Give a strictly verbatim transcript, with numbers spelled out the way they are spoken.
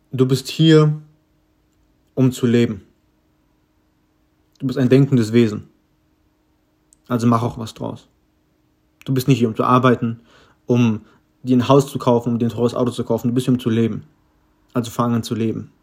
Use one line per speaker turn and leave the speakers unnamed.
Du bist hier, um zu leben. Du bist ein denkendes Wesen. Also mach auch was draus. Du bist nicht hier, um zu arbeiten, um dir ein Haus zu kaufen, um dir ein teures Auto zu kaufen. Du bist hier, um zu leben. Also fang an zu leben.